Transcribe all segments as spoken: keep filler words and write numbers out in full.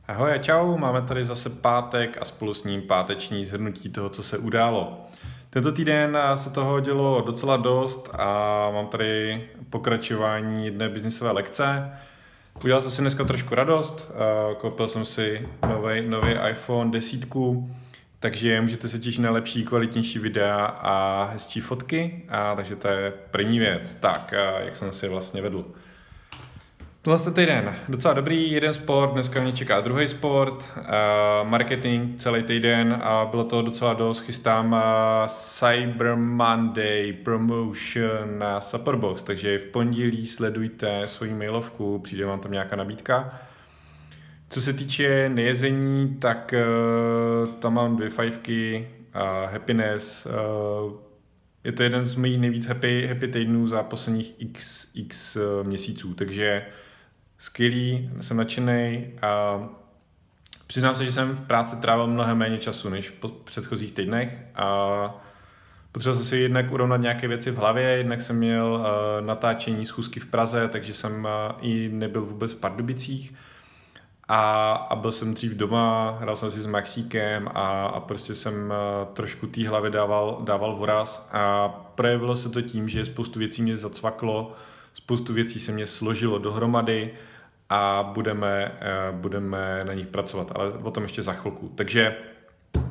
Ahoj a čau, máme tady zase pátek a spolu s ním páteční shrnutí toho, co se událo. Tento týden se toho dělo docela dost a mám tady pokračování jedné biznisové lekce. Udělal jsem si dneska trošku radost, koupil jsem si nový, nový iPhone deset, takže můžete se těšit na lepší, kvalitnější videa a hezčí fotky, a takže to je první věc. Tak, jak jsem si vlastně vedl. Tohle týden docela dobrý, jeden sport, dneska mě čeká druhý sport, uh, marketing celý týden a bylo to docela dost, chystám uh, Cyber Monday promotion na Supperbox, takže v pondělí sledujte svoji mailovku, přijde vám tam nějaká nabídka. Co se týče nejezení, tak uh, tam mám dvě fajfky, uh, happiness, uh, je to jeden z mých nejvíc happy, happy týdnů za posledních x, x uh, měsíců, takže skvělý, jsem nadšenej a přiznám se, že jsem v práci trávil mnohem méně času než v předchozích týdnech a potřeboval jsem si jednak urovnat nějaké věci v hlavě, jednak jsem měl uh, natáčení schůzky v Praze, takže jsem uh, i nebyl vůbec v Pardubicích a, a byl jsem dřív doma, hrál jsem si s Maxíkem a, a prostě jsem uh, trošku té hlavě dával, dával voraz a projevilo se to tím, že spoustu věcí mě zacvaklo, spoustu věcí se mě složilo dohromady a budeme, uh, budeme na nich pracovat, ale o tom ještě za chvilku. Takže uh,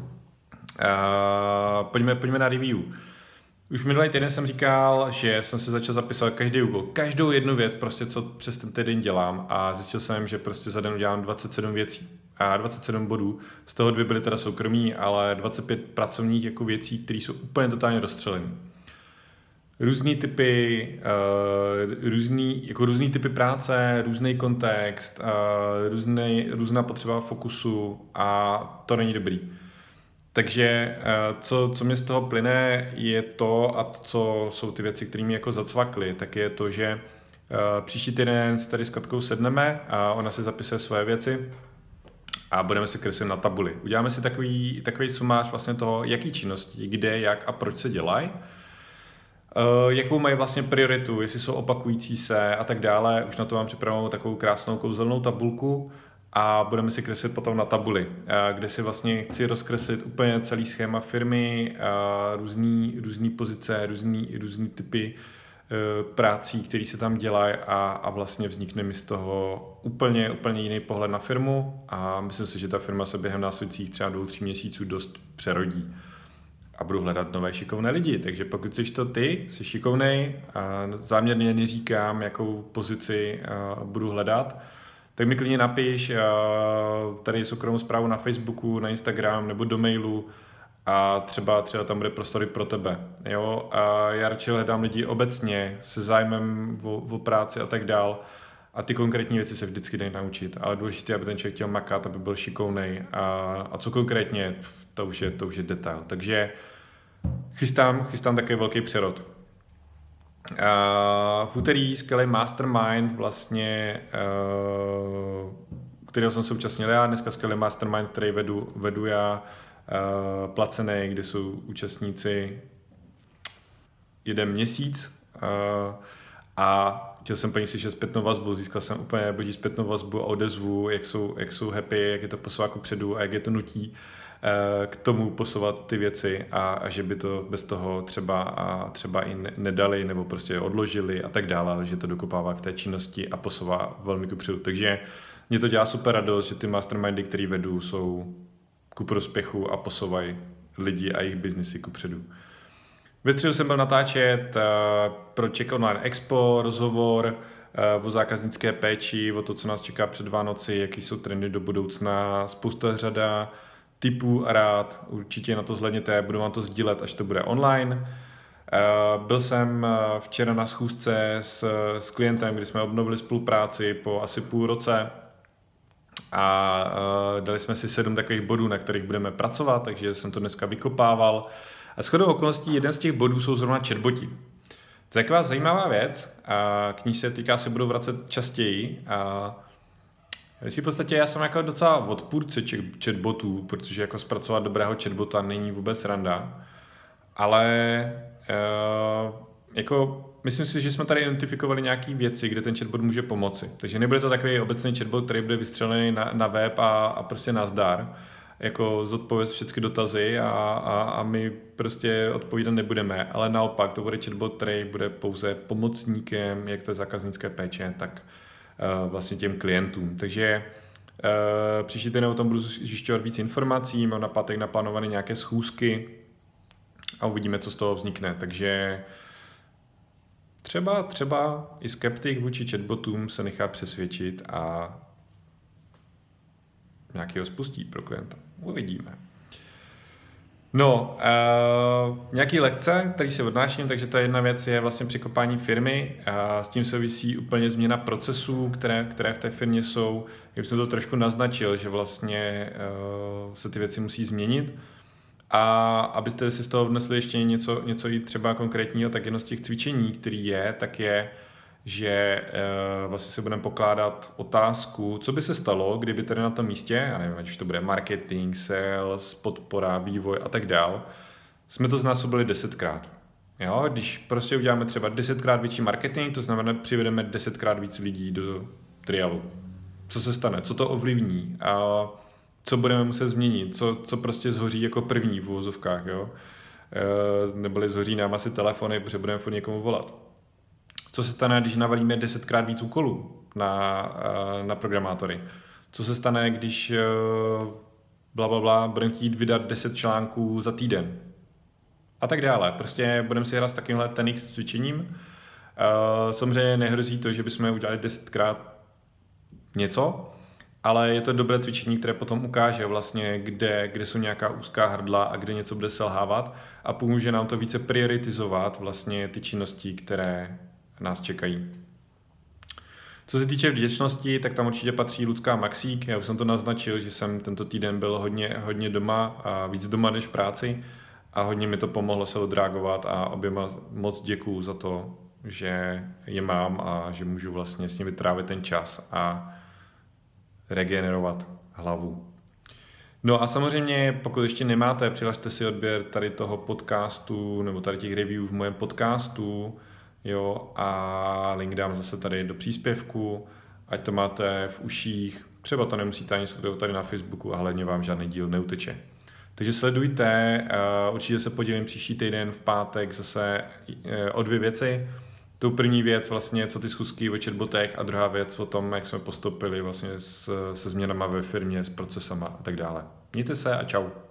pojďme, pojďme na review. Už minulý týden jsem říkal, že jsem si začal zapisovat každý úkol, každou jednu věc, prostě co přes ten týden dělám a zjistil jsem, že prostě za den udělám dvacet sedm věcí a dvacet sedm bodů, z toho dvě byly teda soukromí, ale dvacet pět pracovních jako věcí, které jsou úplně totálně rozstřelené. Různý typy, uh, různý, jako různý typy práce, různý kontext, uh, různý, různá potřeba fokusu a to není dobrý. Takže uh, co, co mě z toho plyne je to, a to, co jsou ty věci, které mě jako zacvakly, tak je to, že uh, příští týden si tady s Katkou sedneme a ona si zapisuje svoje věci a budeme si kreslit na tabuli. Uděláme si takový, takový sumář vlastně toho, jaký činnosti, kde, jak a proč se dělají. Uh, jakou mají vlastně prioritu, jestli jsou opakující se a tak dále. Už na to mám připravenou takovou krásnou kouzelnou tabulku a budeme si kreslit potom na tabuli, uh, kde si vlastně chci rozkreslit úplně celý schéma firmy, uh, různý, různý pozice, různý, různý typy uh, prací, které se tam dělají a, a vlastně vznikne mi z toho úplně, úplně jiný pohled na firmu a myslím si, že ta firma se během následujících třeba dvou, tří měsíců dost přerodí. A budu hledat nové šikovné lidi. Takže pokud jsi to ty, jsi šikovnej, a záměrně neříkám, jakou pozici budu hledat, tak mi klidně napiš tady soukromou zprávu na Facebooku, na Instagram nebo do mailu a třeba, třeba tam bude prostory pro tebe. Jo? A já radši hledám lidi obecně se zájmem o, o práci a tak dál. A ty konkrétní věci se vždycky dají naučit, ale důležité, aby ten člověk chtěl makat, aby byl šikovnej. A, a co konkrétně, to už je, to už je detail. Takže chystám, chystám také velký přerod. A v úterý skvělý mastermind, vlastně, uh, kterého jsem současnil já, dneska skvělý mastermind, který vedu, vedu já, uh, placený, kde jsou účastníci jeden měsíc uh, a chtěl jsem po nich slyšet zpětnou vazbu, získal jsem úplně boží zpětnou vazbu a odezvu, jak jsou, jak jsou happy, jak je to posouvá jako předu a jak je to nutí uh, k tomu posouvat ty věci a, a že by to bez toho třeba, a třeba i ne, nedali nebo prostě odložili a tak dále, ale že to dokopává k té činnosti a posouvá velmi kupředu. Takže mě to dělá super radost, že ty mastermindy, který vedu, jsou ku prospěchu a posouvají lidi a jejich biznisy kupředu. Ve středu jsem byl natáčet uh, pro Czech Online Expo, rozhovor uh, o zákaznické péči, o to, co nás čeká před Vánoci, jaký jsou trendy do budoucna, spousta řada tipů a rád, určitě na to zhlédněte, budu vám to sdílet, až to bude online. Uh, byl jsem uh, včera na schůzce s, s klientem, kdy jsme obnovili spolupráci po asi půl roce a uh, dali jsme si sedm takových bodů, na kterých budeme pracovat, takže jsem to dneska vykopával. A shodou okolností jeden z těch bodů jsou zrovna chatboti. To je taková zajímavá věc, a k ní se týká se budu vracet častěji. A v podstatě já jsem jako docela odpůrce chatbotů, protože jako zpracovat dobrého chatbota není vůbec randa. Ale e, jako myslím si, že jsme tady identifikovali nějaké věci, kde ten chatbot může pomoci. Takže nebude to takový obecný chatbot, který bude vystřelený na, na web a, a prostě nazdar, jako zodpověz všechny dotazy a, a, a my prostě odpovídat nebudeme, ale naopak to bude chatbot, který bude pouze pomocníkem jak té zákaznické péče, tak uh, vlastně těm klientům. Takže uh, příští týden o tom budu zjišťovat víc informací, mám na pátek naplánované nějaké schůzky a uvidíme, co z toho vznikne. Takže třeba, třeba i skeptik vůči chatbotům se nechá přesvědčit a nějaký ho spustí pro klienta. Uvidíme. No, uh, nějaký lekce, který se odnáším, takže ta jedna věc je vlastně překopání firmy. Uh, s tím souvisí úplně změna procesů, které, které v té firmě jsou. Já jsem to trošku naznačil, že vlastně uh, se ty věci musí změnit. A abyste si z toho odnesli ještě něco, něco i třeba konkrétního, tak jedno z těch cvičení, který je, tak je, že uh, vlastně se budeme pokládat otázku, co by se stalo, kdyby tady na tom místě, já nevím, ať už to bude marketing, sales, podpora, vývoj a tak dál, jsme to znásobili desetkrát. Jo? Když prostě uděláme třeba desetkrát větší marketing, to znamená, přivedeme desetkrát víc lidí do trialu. Co se stane? Co to ovlivní? A co budeme muset změnit? Co, co prostě zhoří jako první v uvozovkách? Jo? E, neboli zhoří nám asi telefony, protože budeme furt někomu volat. Co se stane, když navalíme desetkrát víc úkolů na, na programátory? Co se stane, když bla, bla, bla, budeme chtít vydat deset článků za týden? A tak dále. Prostě budeme si hrát s takovýmhle ten X cvičením. Samozřejmě nehrozí to, že bychom udělali desetkrát něco, ale je to dobré cvičení, které potom ukáže vlastně, kde, kde jsou nějaká úzká hrdla a kde něco bude selhávat a pomůže nám to více prioritizovat vlastně ty činnosti, které nás čekají. Co se týče vděčnosti, tak tam určitě patří Lucka Maxík. Já už jsem to naznačil, že jsem tento týden byl hodně, hodně doma a víc doma než v práci a hodně mi to pomohlo se odreagovat a oběma moc děkuju za to, že je mám a že můžu vlastně s nimi trávit ten čas a regenerovat hlavu. No a samozřejmě, pokud ještě nemáte, přihlašte si odběr tady toho podcastu nebo tady těch review v mém podcastu, jo, a link dám zase tady do příspěvku, ať to máte v uších, třeba to nemusíte ani sledovat tady na Facebooku a hlavně vám žádný díl neuteče. Takže sledujte, určitě se podělím příští týden v pátek zase o dvě věci. Tou první věc vlastně, co ty schůzky o chatbotech a druhá věc o tom, jak jsme postoupili vlastně s, se změnama ve firmě, s procesama a tak dále. Mějte se a čau.